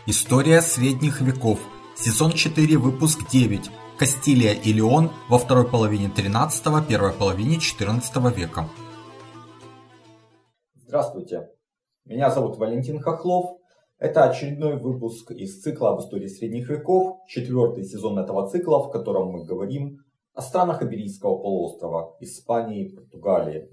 История средних веков. Сезон 4, выпуск 9. Кастилия и Леон во второй половине 13-го, первой половине 14 века. Здравствуйте, меня зовут Валентин Хохлов. Это очередной выпуск из цикла об истории средних веков, четвертый сезон этого цикла, в котором мы говорим о странах Иберийского полуострова, Испании и Португалии.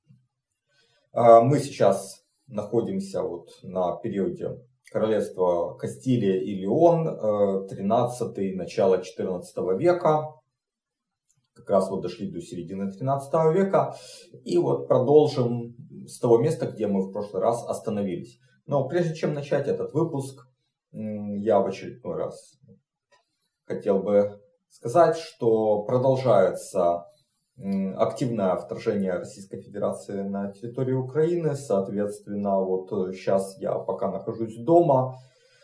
Мы сейчас находимся на периоде королевства Кастилия и Леон, 13-й, начало 14 века. Как раз дошли до середины 13 века. И продолжим с того места, где мы в прошлый раз остановились. Но прежде чем начать этот выпуск, я в очередной раз хотел бы сказать, что продолжается активное вторжение Российской Федерации на территорию Украины. Соответственно, сейчас я пока нахожусь дома.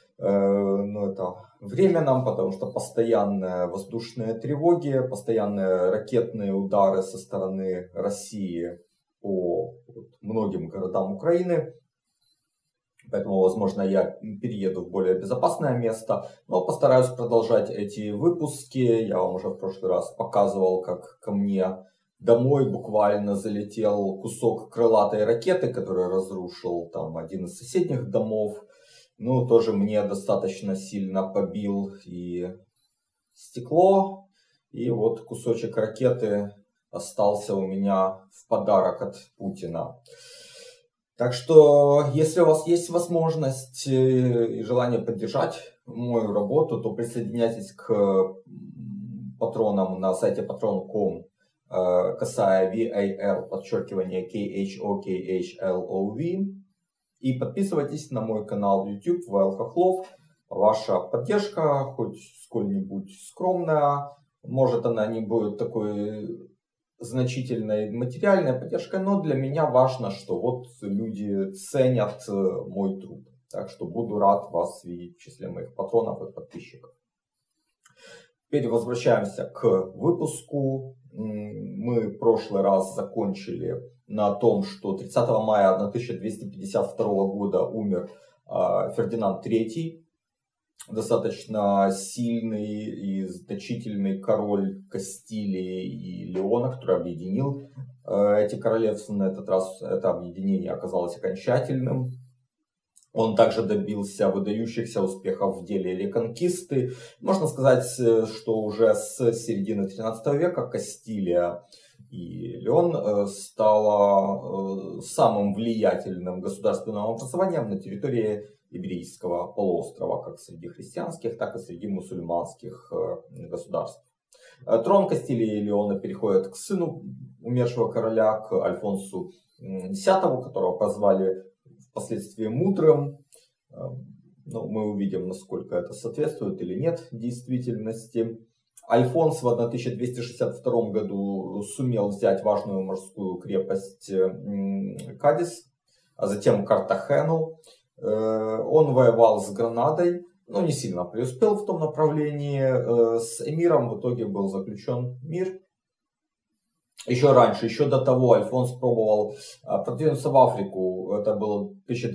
Но это временно, потому что постоянные воздушные тревоги, постоянные ракетные удары со стороны России по многим городам Украины. Поэтому, возможно, я перееду в более безопасное место, но постараюсь продолжать эти выпуски. Я вам уже в прошлый раз показывал, как ко мне домой буквально залетел кусок крылатой ракеты, который разрушил один из соседних домов. Тоже мне достаточно сильно побил и стекло. И кусочек ракеты остался у меня в подарок от Путина. Так что, если у вас есть возможность и желание поддержать мою работу, то присоединяйтесь к патронам на сайте patron.com, касая VAR, подчеркивание KHOKHLOV. И подписывайтесь на мой канал YouTube Вайл Хохлов. Ваша поддержка, хоть сколь-нибудь скромная, может она не будет такой значительной материальной поддержкой, но для меня важно, что люди ценят мой труд. Так что буду рад вас видеть в числе моих патронов и подписчиков. Теперь возвращаемся к выпуску. Мы в прошлый раз закончили на том, что 30 мая 1252 года умер Фердинанд III. Достаточно сильный и значительный король Кастилии и Леона, который объединил эти королевства. На этот раз это объединение оказалось окончательным. Он также добился выдающихся успехов в деле реконкисты. Можно сказать, что уже с середины 13 века Кастилия и Леон стала самым влиятельным государственным образованием на территории Иберийского полуострова, как среди христианских, так и среди мусульманских государств. Трон Кастилии и Леона переходит к сыну умершего короля, к Альфонсу X, которого прозвали впоследствии мудрым. Мы увидим, насколько это соответствует или нет действительности. Альфонс в 1262 году сумел взять важную морскую крепость Кадис, а затем Картахену. Он воевал с Гранадой, но не сильно преуспел в том направлении. С эмиром в итоге был заключен мир. Еще раньше, еще до того, Альфонс пробовал продвинуться в Африку. Это был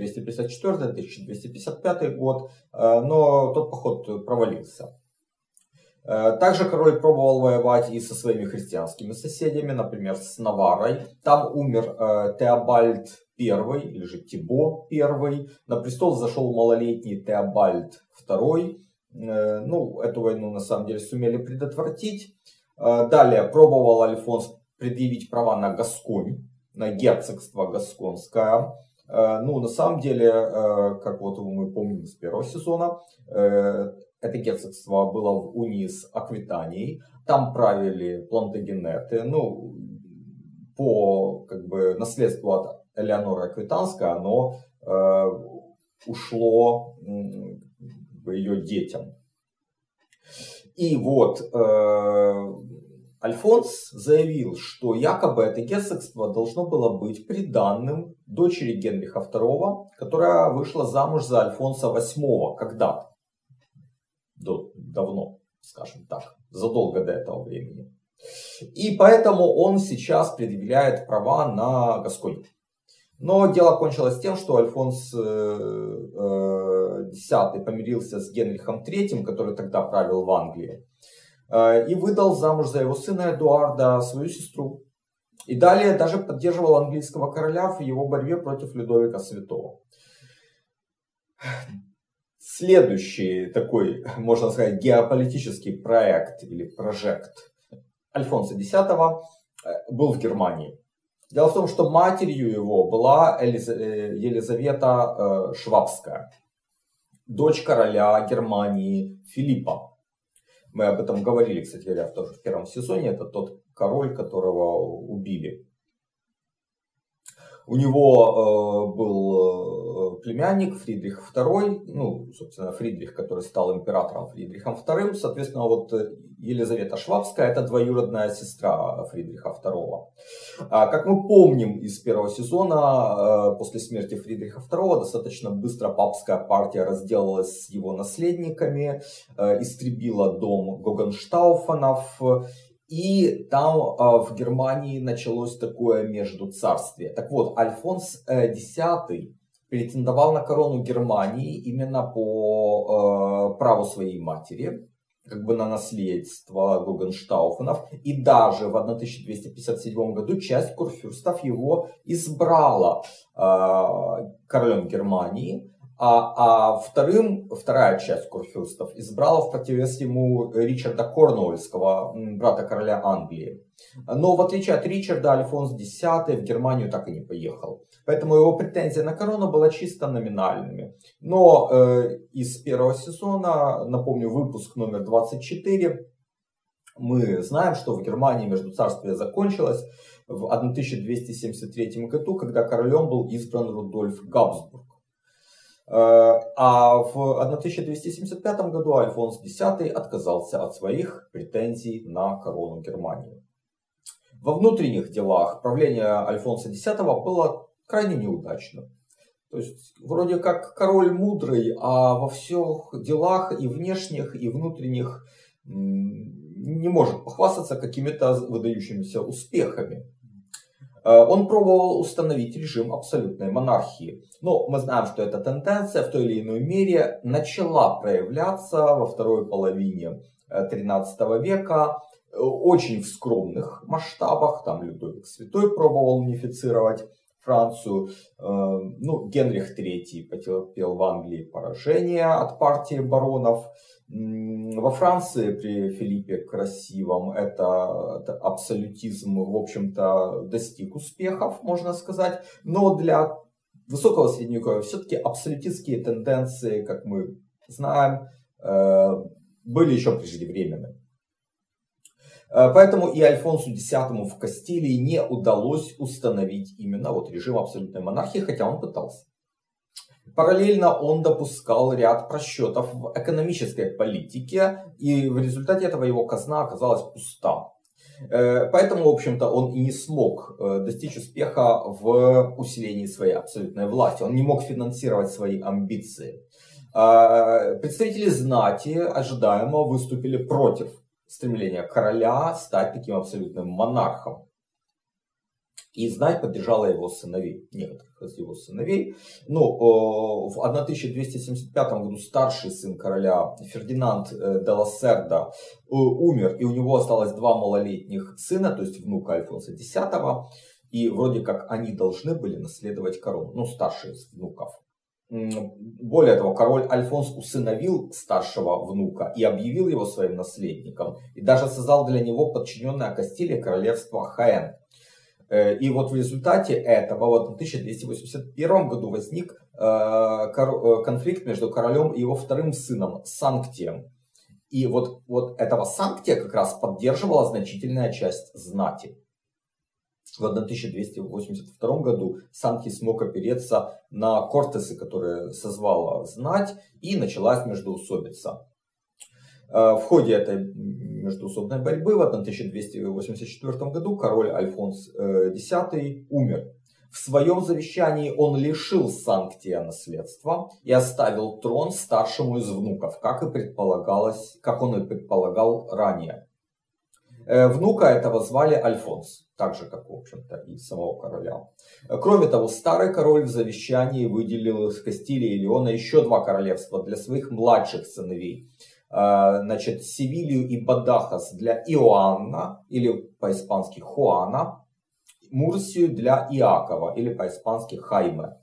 1254-1255 год, но тот поход провалился. Также король пробовал воевать и со своими христианскими соседями, например, с Наваррой. Там умер Теобальд I, или же Тибо I. На престол зашел малолетний Теобальд II. Эту войну на самом деле сумели предотвратить. Далее пробовал Альфонс предъявить права на Гасконь, на герцогство Гасконское. На самом деле, как мы помним с первого сезона, это герцогство было в унии с Аквитанией. Там правили плантагенеты. По наследству от Элеоноры Аквитанской оно ушло ее детям. И Альфонс заявил, что якобы это герцогство должно было быть приданным дочери Генриха II, которая вышла замуж за Альфонса VIII когда-то. Давно, скажем так, задолго до этого времени. И поэтому он сейчас предъявляет права на Гасконь. Но дело кончилось тем, что Альфонс X помирился с Генрихом III, который тогда правил в Англии, и выдал замуж за его сына Эдуарда свою сестру. И далее даже поддерживал английского короля в его борьбе против Людовика Святого. Следующий такой, можно сказать, геополитический проект или прожект Альфонса X был в Германии. Дело в том, что матерью его была Елизавета Швабская, дочь короля Германии Филиппа. Мы об этом говорили, кстати говоря, тоже в первом сезоне. Это тот король, которого убили. У него был племянник Фридрих II, ну, собственно, Фридрих, который стал императором Фридрихом II. Соответственно, вот Елизавета Швабская — это двоюродная сестра Фридриха II. Как мы помним из первого сезона, после смерти Фридриха II достаточно быстро папская партия разделалась с его наследниками, истребила дом Гогенштауфенов. И там в Германии началось такое междуцарствие. Так вот, Альфонс X претендовал на корону Германии именно по праву своей матери, как бы на наследство Гогенштауфенов. И даже в 1257 году часть курфюрстов его избрала королем Германии. Вторая часть курфюрстов избрала в противовес ему Ричарда Корнуольского, брата короля Англии. Но в отличие от Ричарда, Альфонс X в Германию так и не поехал. Поэтому его претензия на корону была чисто номинальными. Но из первого сезона, напомню, выпуск номер 24, мы знаем, что в Германии междуцарствие закончилось в 1273 году, когда королем был избран Рудольф Габсбург. А в 1275 году Альфонс X отказался от своих претензий на корону Германии. Во внутренних делах правление Альфонса X было крайне неудачно. То есть вроде как король мудрый, а во всех делах и внешних, и внутренних не может похвастаться какими-то выдающимися успехами. Он пробовал установить режим абсолютной монархии. Но мы знаем, что эта тенденция в той или иной мере начала проявляться во второй половине XIII века. Очень в скромных масштабах. Там Людовик Святой пробовал унифицировать Францию. Ну, Генрих III потерпел в Англии поражение от партии баронов. Во Франции при Филиппе Красивом это абсолютизм, в общем-то, достиг успехов, можно сказать. Но для высокого средневековья все-таки абсолютистские тенденции, как мы знаем, были еще преждевременны. Поэтому и Альфонсу X в Кастилии не удалось установить именно вот режим абсолютной монархии, хотя он пытался. Параллельно он допускал ряд просчетов в экономической политике, и в результате этого его казна оказалась пуста. Поэтому, в общем-то, он и не смог достичь успеха в усилении своей абсолютной власти. Он не мог финансировать свои амбиции. Представители знати ожидаемо выступили против стремления короля стать таким абсолютным монархом. И знать поддержала его сыновей, некоторых из его сыновей. Но в 1275 году старший сын короля Фердинанд де Лассерда умер, и у него осталось два малолетних сына, то есть внука Альфонса X. И вроде как они должны были наследовать корону, ну, старший из внуков. Более того, король Альфонс усыновил старшего внука и объявил его своим наследником. И даже создал для него подчиненное Кастилии королевство Хаэн. И вот в результате этого в 1281 году возник конфликт между королем и его вторым сыном Санктием. И вот этого Санктия как раз поддерживала значительная часть знати. В 1282 году Санктий смог опереться на Кортесы, которые созвала знать, и началась междоусобица. В ходе этой междоусобной борьбы в 1284 году король Альфонс X умер. В своем завещании он лишил Санктия наследства и оставил трон старшему из внуков, как он и предполагал ранее. Внука этого звали Альфонс. Так же, как, в общем-то, и самого короля. Кроме того, старый король в завещании выделил из Кастилии и Леона еще 2 королевства для своих младших сыновей. Значит, Севилью и Бадахас для Иоанна, или по-испански Хуана, Мурсию для Иакова, или по-испански Хайме.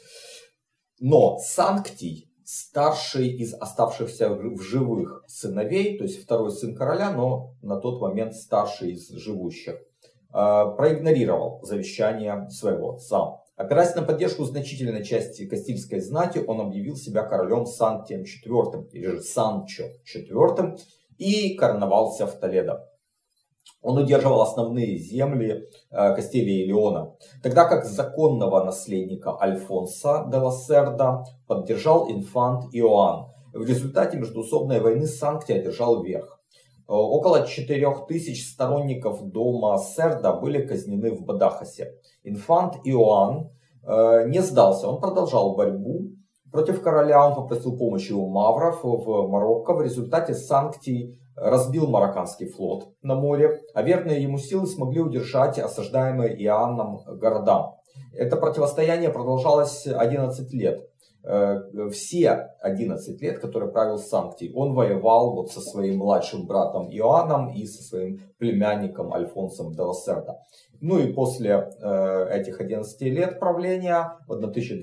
Но Санктий, старший из оставшихся в живых сыновей, то есть второй сын короля, но на тот момент старший из живущих, проигнорировал завещание своего отца. Опираясь на поддержку значительной части кастильской знати, он объявил себя королем Сантием IV, или же Санчо IV, и короновался в Толедо. Он удерживал основные земли Кастилии и Леона, тогда как законного наследника Альфонса де ла Серда поддержал инфант Иоанн. В результате междоусобной войны Санктий одержал верх. Около 4000 сторонников дома Серда были казнены в Бадахасе. Инфант Иоанн не сдался, он продолжал борьбу. Против короля он попросил помощи у мавров в Марокко. В результате Санктий разбил марокканский флот на море, а верные ему силы смогли удержать осаждаемые Иоанном города. Это противостояние продолжалось 11 лет. Все 11 лет, которые правил Санктий, он воевал вот со своим младшим братом Иоанном и со своим племянником Альфонсом де ла Серда. Ну и после этих 11 лет правления в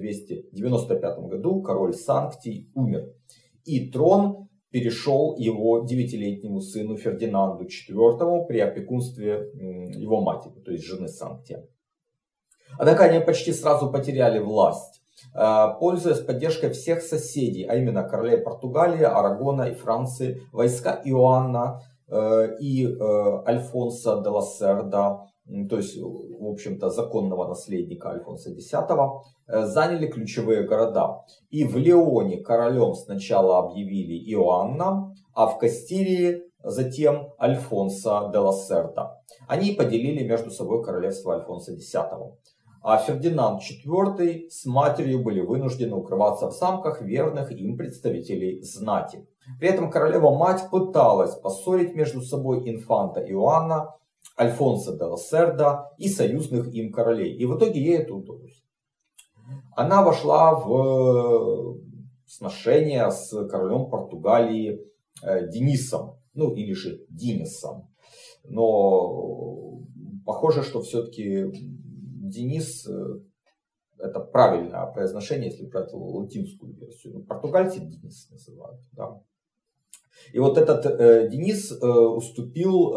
1295 году король Санктий умер. И трон перешел его 9-летнему сыну Фердинанду IV при опекунстве его матери, то есть жены Санктия. Однако они почти сразу потеряли власть, пользуясь поддержкой всех соседей, а именно королей Португалии, Арагона и Франции. Войска Иоанна и Альфонса де ла Серда, то есть, в общем-то, законного наследника Альфонса X, заняли ключевые города. И в Леоне королем сначала объявили Иоанна, а в Кастилии затем Альфонса де ла Серда. Они поделили между собой королевство Альфонса X. А Фердинанд IV с матерью были вынуждены укрываться в замках верных им представителей знати. При этом королева-мать пыталась поссорить между собой инфанта Иоанна, Альфонса де ла Серда и союзных им королей. И в итоге ей это удалось. Она вошла в сношение с королем Португалии Денисом, ну или же Динисом. Но похоже, что все-таки Денис это правильное произношение, если брать латинскую версию. Португальцы Денис называют. Да. И вот этот Денис уступил,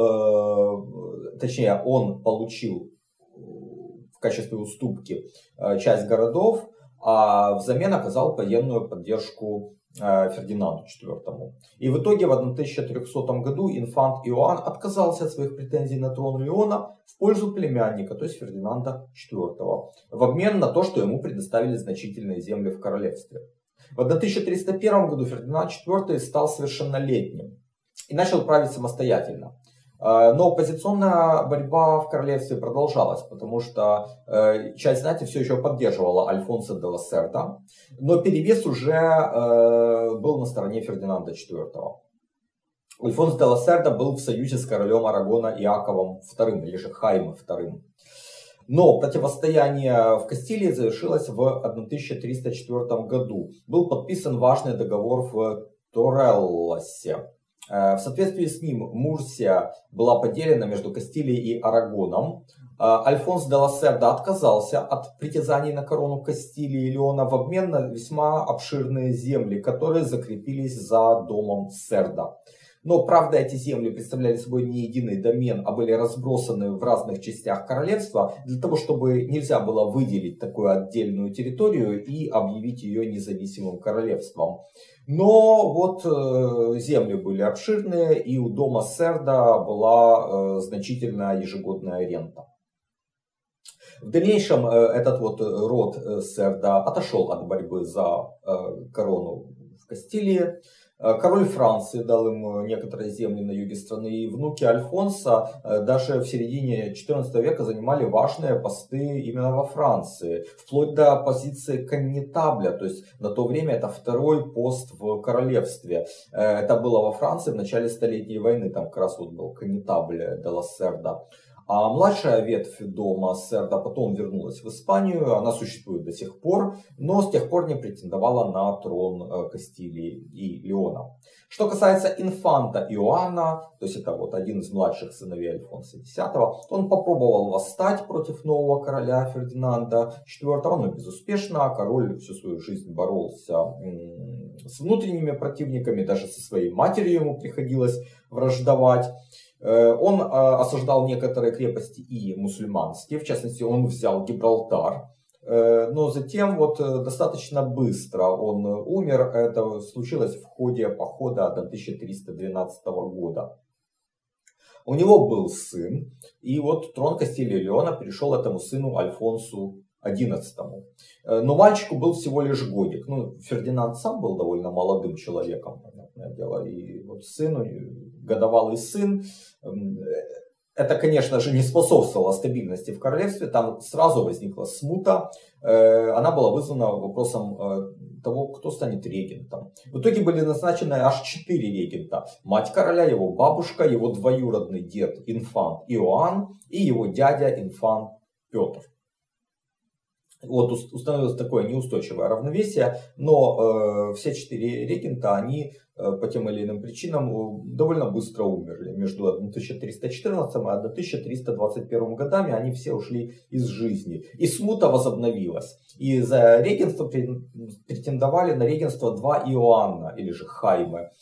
точнее он получил в качестве уступки часть городов, а взамен оказал военную поддержку Фердинанду IV. И в итоге в 1300 году инфант Иоанн отказался от своих претензий на трон Леона в пользу племянника, то есть Фердинанда IV, в обмен на то, что ему предоставили значительные земли в королевстве. В 1301 году Фердинанд IV стал совершеннолетним и начал править самостоятельно. Но оппозиционная борьба в королевстве продолжалась, потому что часть знати все еще поддерживала Альфонса де ла Серда, но перевес уже был на стороне Фердинанда IV. Альфонс де ла Серда был в союзе с королем Арагона Иаковом II, или же Хайме II. Но противостояние в Кастилии завершилось в 1304 году. Был подписан важный договор в Торелласе. В соответствии с ним Мурсия была поделена между Кастилией и Арагоном. Альфонс де ла Серда отказался от притязаний на корону Кастилии и Леона в обмен на весьма обширные земли, которые закрепились за домом Серда. Но, правда, эти земли представляли собой не единый домен, а были разбросаны в разных частях королевства, для того, чтобы нельзя было выделить такую отдельную территорию и объявить ее независимым королевством. Но вот земли были обширные, и у дома Серда была значительная ежегодная рента. В дальнейшем этот вот род Серда отошел от борьбы за корону в Кастилии. Король Франции дал им некоторые земли на юге страны, и внуки Альфонса даже в середине XIV века занимали важные посты именно во Франции, вплоть до позиции коннетабля, то есть на то время это второй пост в королевстве. Это было во Франции в начале Столетней войны, там как раз вот был коннетабль де ла Серда. А младшая ветвь дома Серда потом вернулась в Испанию, она существует до сих пор, но с тех пор не претендовала на трон Кастилии и Леона. Что касается инфанта Иоанна, то есть это вот один из младших сыновей Альфонса X, он попробовал восстать против нового короля Фердинанда IV, но безуспешно. Король всю свою жизнь боролся с внутренними противниками, даже со своей матерью ему приходилось враждовать. Он осаждал некоторые крепости и мусульманские, в частности он взял Гибралтар, но затем вот достаточно быстро он умер, это случилось в ходе похода 1312 года. У него был сын, и вот трон Кастилии и Леона перешел этому сыну Альфонсу XI. Но мальчику был всего лишь годик. Ну, Фердинанд сам был довольно молодым человеком, понятное дело, и вот сыну, годовалый сын, это, конечно же, не способствовало стабильности в королевстве, там сразу возникла смута, она была вызвана вопросом того, кто станет регентом. В итоге были назначены аж 4 регента. Мать короля, его бабушка, его двоюродный дед инфант Иоанн и его дядя инфант Петр. Вот установилось такое неустойчивое равновесие, но все 4 регента, они по тем или иным причинам довольно быстро умерли. Между 1314 и 1321 годами они все ушли из жизни. И смута возобновилась. И за регенство претендовали на регенство 2 Иоанна, или же Хайме,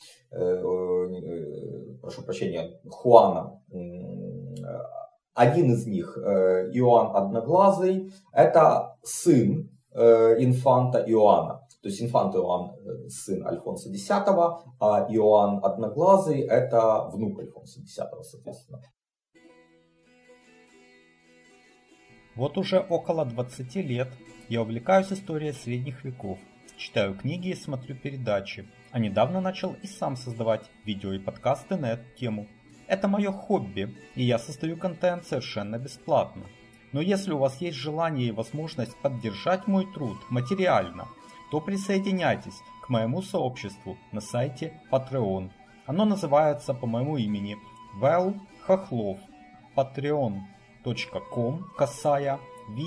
прошу прощения, Хуана. Один из них, Иоанн Одноглазый, это сын инфанта Иоанна. То есть инфант Иоанн сын Альфонса X, а Иоанн Одноглазый это внук Альфонса X, соответственно. Вот уже около 20 лет я увлекаюсь историей средних веков, читаю книги и смотрю передачи, а недавно начал и сам создавать видео и подкасты на эту тему. Это мое хобби, и я создаю контент совершенно бесплатно. Но если у вас есть желание и возможность поддержать мой труд материально, то присоединяйтесь к моему сообществу на сайте Patreon. Оно называется по моему имени Вэл Хохлов. patreon.com /VAL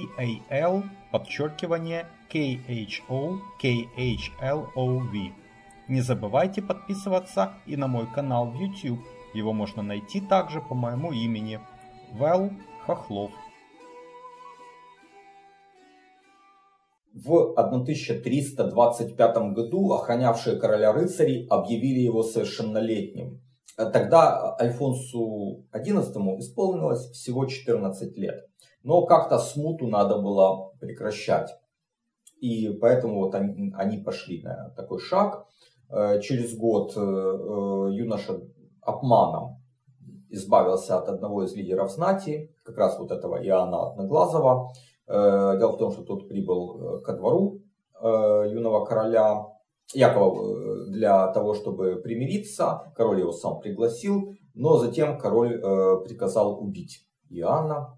KHOKHLOV. Не забывайте подписываться и на мой канал в YouTube. Его можно найти также по моему имени Вэл Хохлов. В 1325 году охранявшие короля рыцари объявили его совершеннолетним. Тогда Альфонсу XI исполнилось всего 14 лет. Но как-то смуту надо было прекращать. И поэтому вот они пошли на такой шаг. Через год юноша обманом избавился от одного из лидеров знати, как раз вот этого Иоанна Одноглазого. Дело в том, что тот прибыл ко двору юного короля, якобы для того, чтобы примириться. Король его сам пригласил, но затем король приказал убить Иоанна.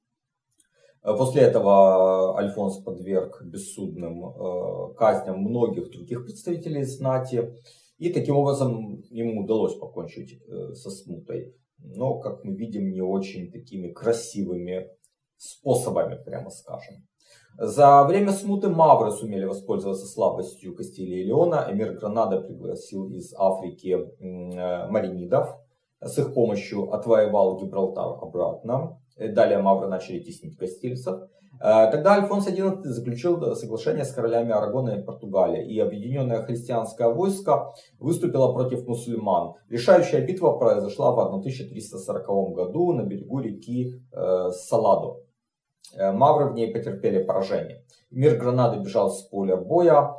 После этого Альфонс подверг бессудным казням многих других представителей знати. И таким образом ему удалось покончить со смутой. Но, как мы видим, не очень такими красивыми способами, прямо скажем. За время смуты мавры сумели воспользоваться слабостью Кастилии и Леона. Эмир Гранада пригласил из Африки маринидов. С их помощью отвоевал Гибралтар обратно. Далее мавры начали теснить кастильцев. Тогда Альфонс XI заключил соглашение с королями Арагона и Португалии, и объединенное христианское войско выступило против мусульман. Решающая битва произошла в 1340 году на берегу реки Саладо. Мавры в ней потерпели поражение. Эмир Гранады бежал с поля боя,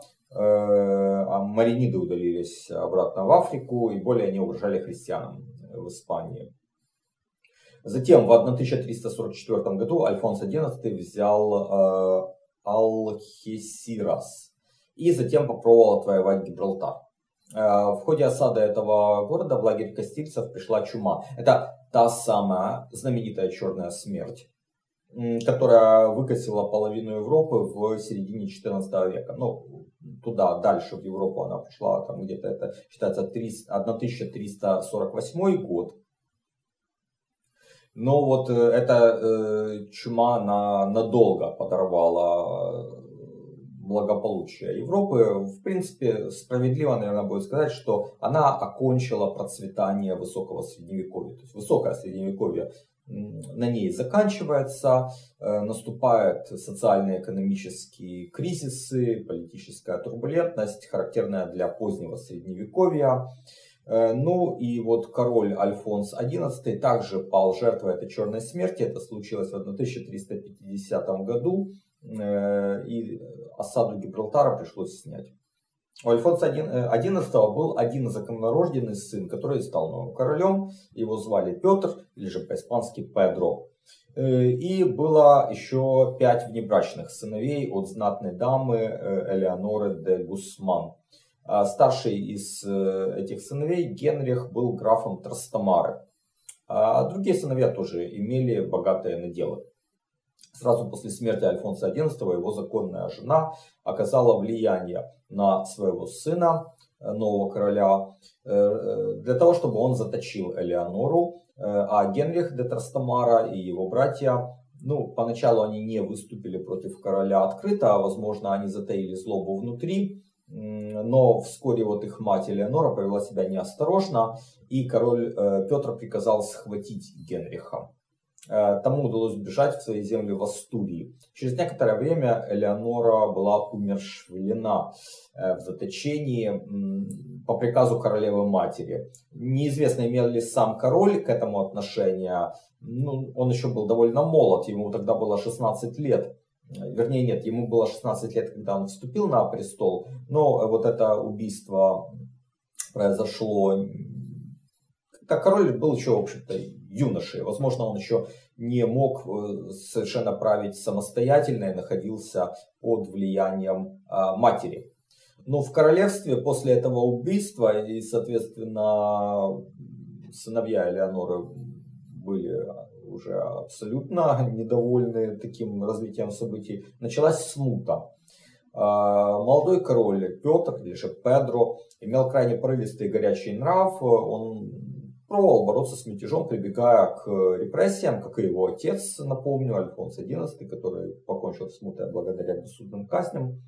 а мариниды удалились обратно в Африку и более не угрожали христианам в Испании. Затем в 1344 году Альфонс XI взял Алхесирас и затем попробовал отвоевать Гибралтар. В ходе осады этого города в лагерь кастильцев пришла чума. Это та самая знаменитая черная смерть, которая выкосила половину Европы в середине 14 века. Ну, туда, дальше в Европу она пришла, там где-то это считается 1348 год. Но вот эта чума надолго подорвала благополучие Европы. В принципе, справедливо, наверное, будет сказать, что она окончила процветание высокого средневековья. То есть высокое средневековье на ней заканчивается, наступают социально-экономические кризисы, политическая турбулентность, характерная для позднего средневековья. Ну и вот король Альфонс XI также пал жертвой этой черной смерти. Это случилось в 1350 году, и осаду Гибралтара пришлось снять. У Альфонса XI был один законнорожденный сын, который стал новым королем. Его звали Петр, или же по-испански Педро. И было еще 5 внебрачных сыновей от знатной дамы Элеоноры де Гусман. Старший из этих сыновей, Генрих, был графом Трастамары. А другие сыновья тоже имели богатые наделы. Сразу после смерти Альфонса XI его законная жена оказала влияние на своего сына, нового короля, для того, чтобы он заточил Элеонору. А Генрих де Трастамара и его братья, поначалу они не выступили против короля открыто, а возможно они затаили злобу внутри. Но вскоре вот их мать Элеонора повела себя неосторожно, и король Петр приказал схватить Генриха. Тому удалось бежать в свои земли в Астурии. Через некоторое время Элеонора была умерщвлена в заточении по приказу королевы матери. Неизвестно, имел ли сам король к этому отношение. Он еще был довольно молод, ему тогда было 16 лет. Вернее, нет, ему было 16 лет, когда он вступил на престол. Но вот это убийство произошло... Как король был еще, в общем-то, юношей. Возможно, он еще не мог совершенно править самостоятельно и находился под влиянием матери. Но в королевстве после этого убийства и, соответственно, сыновья Элеоноры были уже абсолютно недовольны таким развитием событий, началась смута. Молодой король Петр, или же Педро, имел крайне порывистый и горячий нрав. Он пробовал бороться с мятежом, прибегая к репрессиям, как и его отец, напомню, Альфонс XI, который покончил с смутой благодаря бессудным казням.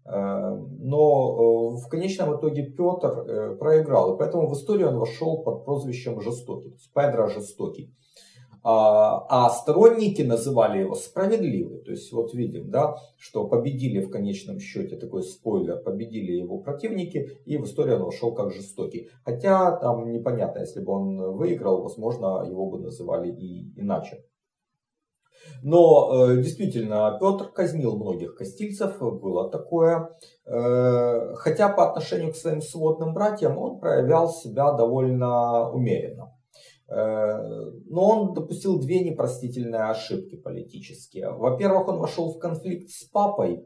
Но в конечном итоге Петр проиграл, и поэтому в историю он вошел под прозвищем Жестокий, то есть Педро Жестокий. А сторонники называли его Справедливый. То есть вот видим, да, что победили в конечном счете, такой спойлер, победили его противники, и в историю он вошел как Жестокий. Хотя там непонятно, если бы он выиграл, возможно, его бы называли и иначе. Но действительно, Петр казнил многих кастильцев, было такое. Хотя по отношению к своим сводным братьям он проявлял себя довольно умеренно. Но он допустил 2 непростительные ошибки политические. Во-первых, он вошел в конфликт с папой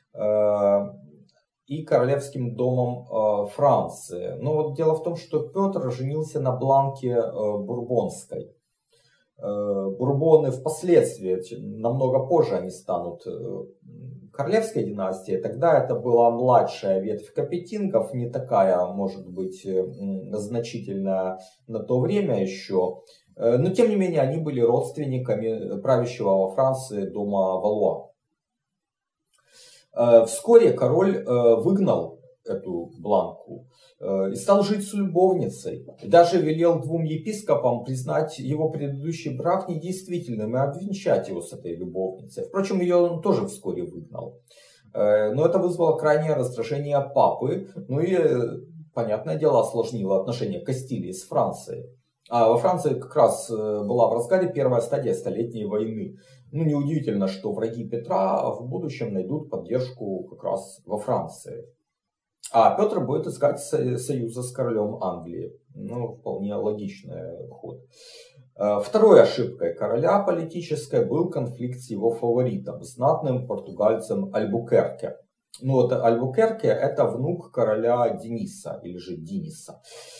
и королевским домом Франции. Но вот дело в том, что Петр женился на Бланке Бурбонской. Бурбоны впоследствии, намного позже они станут королевской династией. Тогда это была младшая ветвь капетингов, не такая, может быть, значительная на то время еще. Но тем не менее они были родственниками правящего во Франции дома Валуа. Вскоре король выгнал эту Бланку и стал жить с любовницей. И даже велел 2 епископам признать его предыдущий брак недействительным и обвенчать его с этой любовницей. Впрочем, ее он тоже вскоре выгнал. Но это вызвало крайнее раздражение папы. Ну и, понятное дело, осложнило отношения Кастилии с Францией. А во Франции как раз была в разгаре первая стадия Столетней войны. Неудивительно, что враги Петра в будущем найдут поддержку как раз во Франции. А Петр будет искать союза с королем Англии. Вполне логичный ход. Второй ошибкой короля политической был конфликт с его фаворитом, знатным португальцем Альбукерке. Альбукерке это внук короля Дениса, или же Диниса.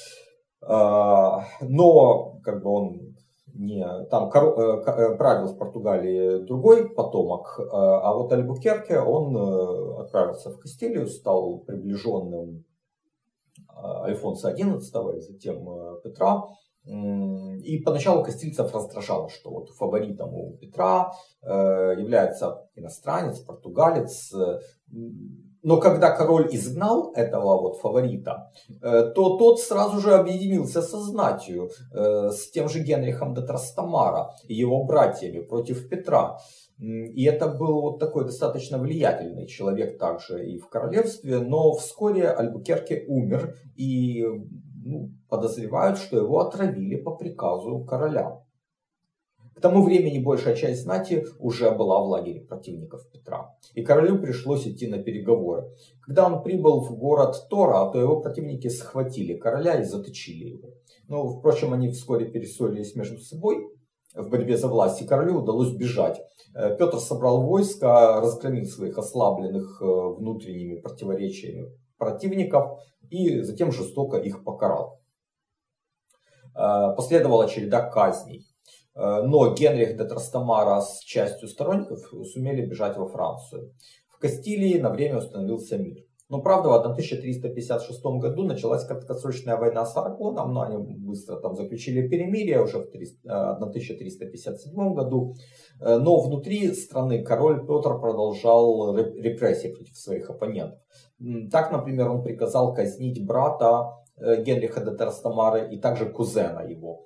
Но он там правил в Португалии другой потомок, а вот Альбукерке, он отправился в Кастилию, стал приближенным Альфонса XI и затем Петра. И поначалу кастильцев раздражало, что вот фаворитом у Петра является иностранец, португалец. Но когда король изгнал этого вот фаворита, то тот сразу же объединился со знатью, с тем же Генрихом де Трастамара и его братьями против Петра. И это был вот такой достаточно влиятельный человек также и в королевстве, но вскоре Альбукерке умер, и подозревают, что его отравили по приказу короля. К тому времени большая часть знати уже была в лагере противников Петра, и королю пришлось идти на переговоры. Когда он прибыл в город Тора, то его противники схватили короля и заточили его. Но, впрочем, они вскоре перессорились между собой в борьбе за власть, и королю удалось бежать. Петр собрал войско, разгромил своих ослабленных внутренними противоречиями противников и затем жестоко их покарал. Последовала череда казней. Но Генрих де Трастамара с частью сторонников сумели бежать во Францию. В Кастилии на время установился мир. Но правда, в 1356 году началась краткосрочная война с Арагоном, но они быстро там заключили перемирие уже в 1357 году. Но внутри страны король Петр продолжал репрессии против своих оппонентов. Так, например, он приказал казнить брата Генриха де Трастамара и также кузена его.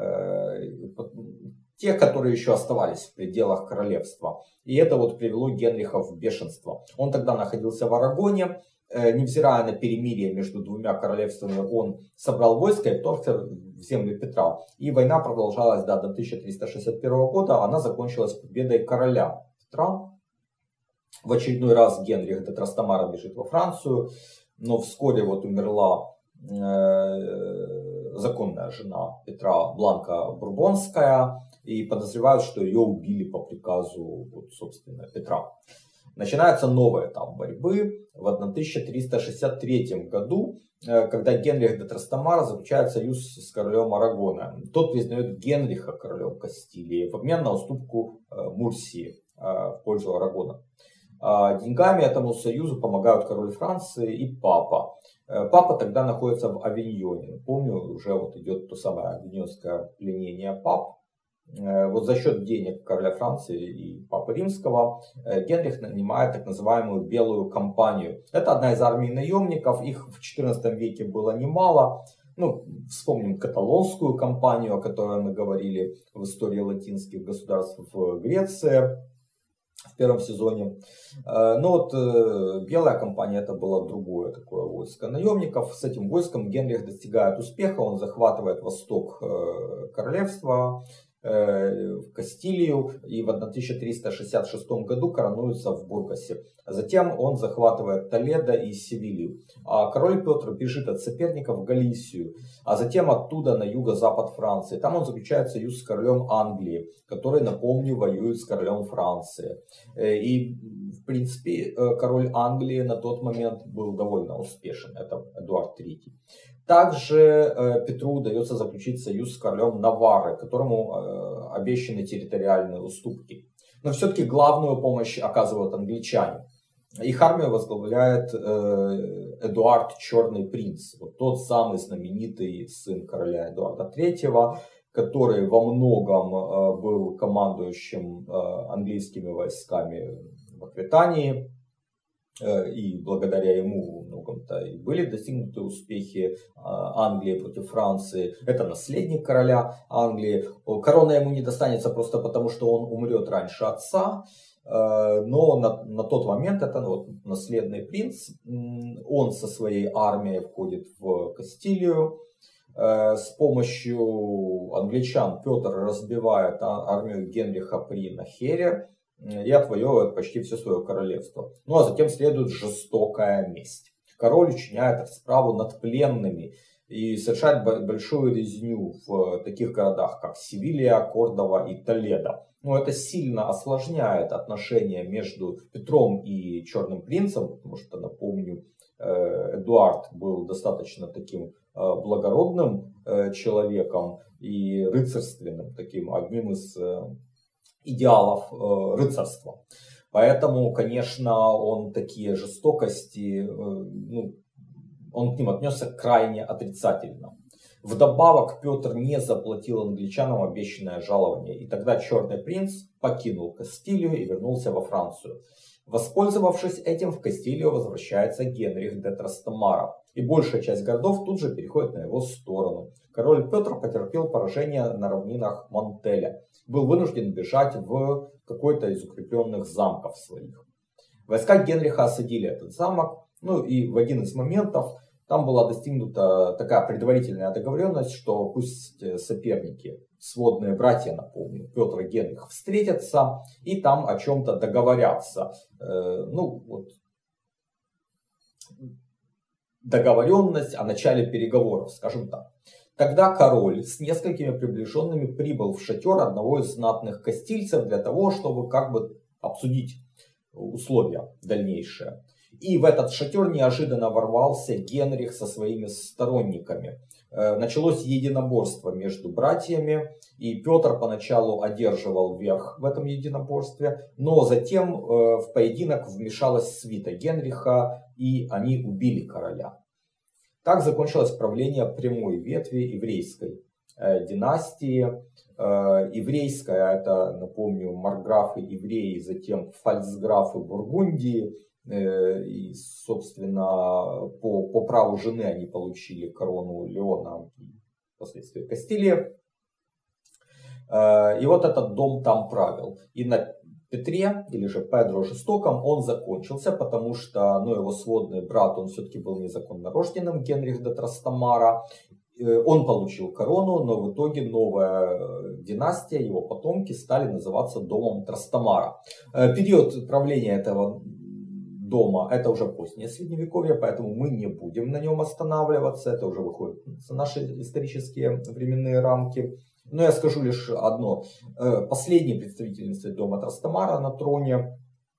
Те, которые еще оставались в пределах королевства. И это вот привело Генриха в бешенство. Он тогда находился в Арагоне. Невзирая на перемирие между двумя королевствами, он собрал войско и вторгся в земли Петра. И война продолжалась до 1361 года. Она закончилась победой короля Петра. В очередной раз Генрих де Трастамара бежит во Францию. Но вскоре вот умерла законная жена Петра, Бланка Бурбонская, и подозревают, что ее убили по приказу, вот, собственно, Петра. Начинается новый этап борьбы в 1363 году, когда Генрих де Трастамара заключает союз с королем Арагона. Тот признает Генриха королем Кастилии в обмен на уступку Мурсии в пользу Арагона. Деньгами этому союзу помогают король Франции и папа. Папа тогда находится в Авиньоне. Помню, уже вот идет то самое авиньонское пленение пап. Вот за счет денег короля Франции и папы Римского Генрих нанимает так называемую Белую компанию. Это одна из армий наемников, их в XIV веке было немало. Вспомним каталонскую компанию, о которой мы говорили в истории латинских государств в Греции в первом сезоне. Но Белая компания это было другое такое войско наемников. С этим войском Генрих достигает успеха, он захватывает восток королевства, в Кастилию, и в 1366 году коронуется в Бургасе. Затем он захватывает Толедо и Севилью. А король Петр бежит от соперников в Галисию, а затем оттуда на юго-запад Франции. Там он заключает союз с королем Англии, который, напомню, воюет с королем Франции. И, в принципе, король Англии на тот момент был довольно успешен. Это Эдуард III. Также Петру удается заключить союз с королем Наварры, которому обещаны территориальные уступки. Но все-таки главную помощь оказывают англичане. Их армию возглавляет Эдуард Черный принц, вот тот самый знаменитый сын короля Эдуарда III, который во многом был командующим английскими войсками в Аквитании. И благодаря ему многом-то и были достигнуты успехи Англии против Франции. Это наследник короля Англии. Корона ему не достанется просто потому, что он умрет раньше отца. Но на тот момент это наследный принц. Он со своей армией входит в Кастилию. С помощью англичан Петр разбивает армию Генриха при Нахере и отвоевывает почти все свое королевство. А затем следует жестокая месть. Король учиняет расправу над пленными и совершает большую резню в таких городах, как Севилья, Кордова и Толедо. Это сильно осложняет отношения между Петром и Черным принцем, потому что, напомню, Эдуард был достаточно таким благородным человеком и рыцарственным, таким одним из идеалов рыцарства. Поэтому, конечно, он такие жестокости, он к ним отнесся крайне отрицательно. Вдобавок Петр не заплатил англичанам обещанное жалование, и тогда Черный принц покинул Кастилию и вернулся во Францию. Воспользовавшись этим, в Кастилию возвращается Генрих де Трастамара, и большая часть городов тут же переходит на его сторону. Король Петр потерпел поражение на равнинах Монтеля, был вынужден бежать в какой-то из укрепленных замков своих. Войска Генриха осадили этот замок, и в один из моментов там была достигнута такая предварительная договоренность, что пусть соперники, сводные братья, напомню, Петр и Генрих, встретятся и там о чем-то договорятся. Договоренность о начале переговоров, скажем так. Тогда король с несколькими приближенными прибыл в шатер одного из знатных кастильцев для того, чтобы обсудить условия дальнейшие. И в этот шатер неожиданно ворвался Генрих со своими сторонниками. Началось единоборство между братьями, и Петр поначалу одерживал верх в этом единоборстве, но затем в поединок вмешалась свита Генриха, и они убили короля. Так закончилось правление прямой ветви еврейской династии. Еврейская, это, напомню, маркграфы евреи, затем фальцграфы Бургундии. И, собственно, по праву жены они получили корону Леона и впоследствии Кастилии. И вот этот дом там правил. И на Петре, или же Педро Жестоком, он закончился, потому что его сводный брат, он все-таки был незаконно рожденным, Генрих де Трастамара. Он получил корону, но в итоге новая династия, его потомки стали называться домом Трастамара. Период правления этого дома — это уже позднее средневековье, поэтому мы не будем на нем останавливаться, это уже выходит за наши исторические временные рамки. Но я скажу лишь одно. Последней представительницей дома Трастамара на троне,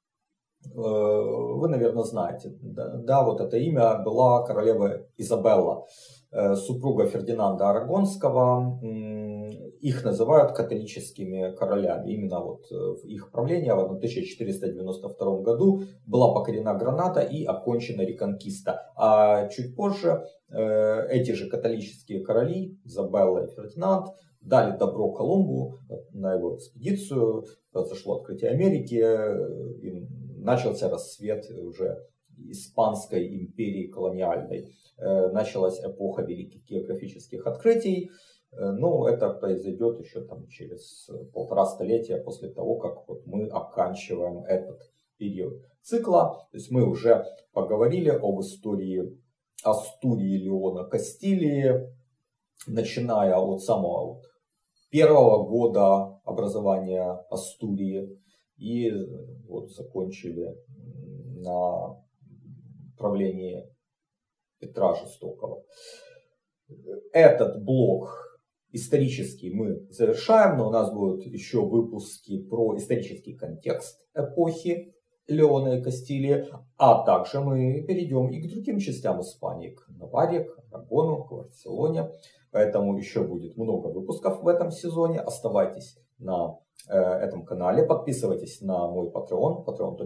вы, наверное, знаете, да, вот это имя, была королева Изабелла, супруга Фердинанда Арагонского. Их называют католическими королями. Именно вот в их правлении в 1492 году была покорена Гранада и окончена реконкиста. А чуть позже эти же католические короли, Изабелла и Фердинанд, дали добро Колумбу на его экспедицию, произошло открытие Америки, и начался расцвет уже Испанской империи колониальной. Началась эпоха великих географических открытий. Но это произойдет еще через 1,5 столетия после того, как мы оканчиваем этот период цикла. То есть мы уже поговорили об истории Астурии, Леона, Кастилии, начиная от самого первого года образования Астурии и закончили на правлении Петра Жестокого. Этот блок исторический мы завершаем, но у нас будут еще выпуски про исторический контекст эпохи Леона и Кастилии, а также мы перейдем и к другим частям Испании, к Наварре, к Арагону, к Барселоне. Поэтому еще будет много выпусков в этом сезоне. Оставайтесь на этом канале, подписывайтесь на мой Patreon,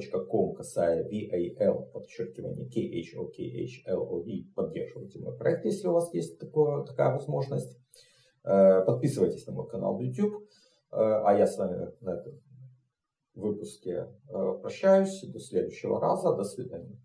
patreon.com/VAL_KHOKHLOE, поддерживайте мой проект, если у вас есть такая возможность. Подписывайтесь на мой канал в YouTube. А я с вами на этом выпуске прощаюсь. До следующего раза. До свидания.